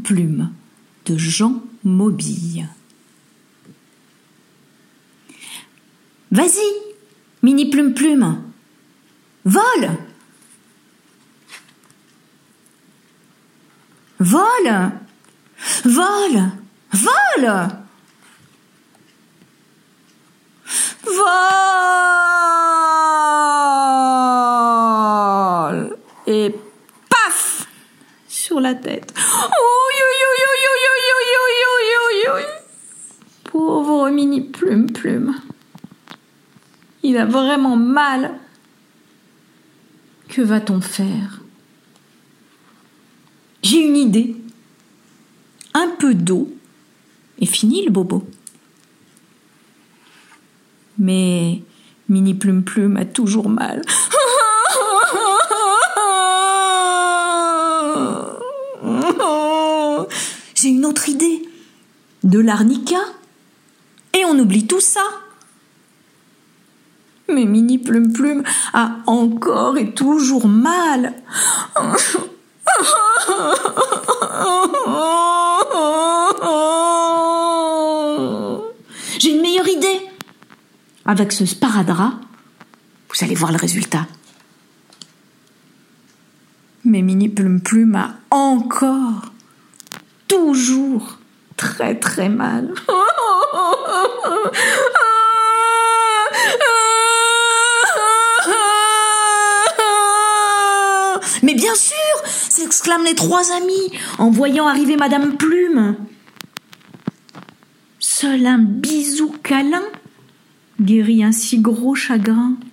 Plume de Jean Mobille. Vas-y, Mini Plume Plume, vole! Vole! Vole! Vole! Vole! Et paf! Sur la tête. Pauvre Mini Plume Plume. Il a vraiment mal. Que va-t-on faire? J'ai une idée. Un peu d'eau et fini le bobo. Mais Mini Plume Plume a toujours mal. J'ai une autre idée. De l'arnica et on oublie tout ça. Mais Mini Plume Plume a encore et toujours mal. J'ai une meilleure idée. Avec ce sparadrap, vous allez voir le résultat. Mais Mini Plume Plume a encore, toujours, très très mal. Mais bien sûr, s'exclament les trois amis en voyant arriver Madame Plume. Seul un bisou câlin guérit un si gros chagrin.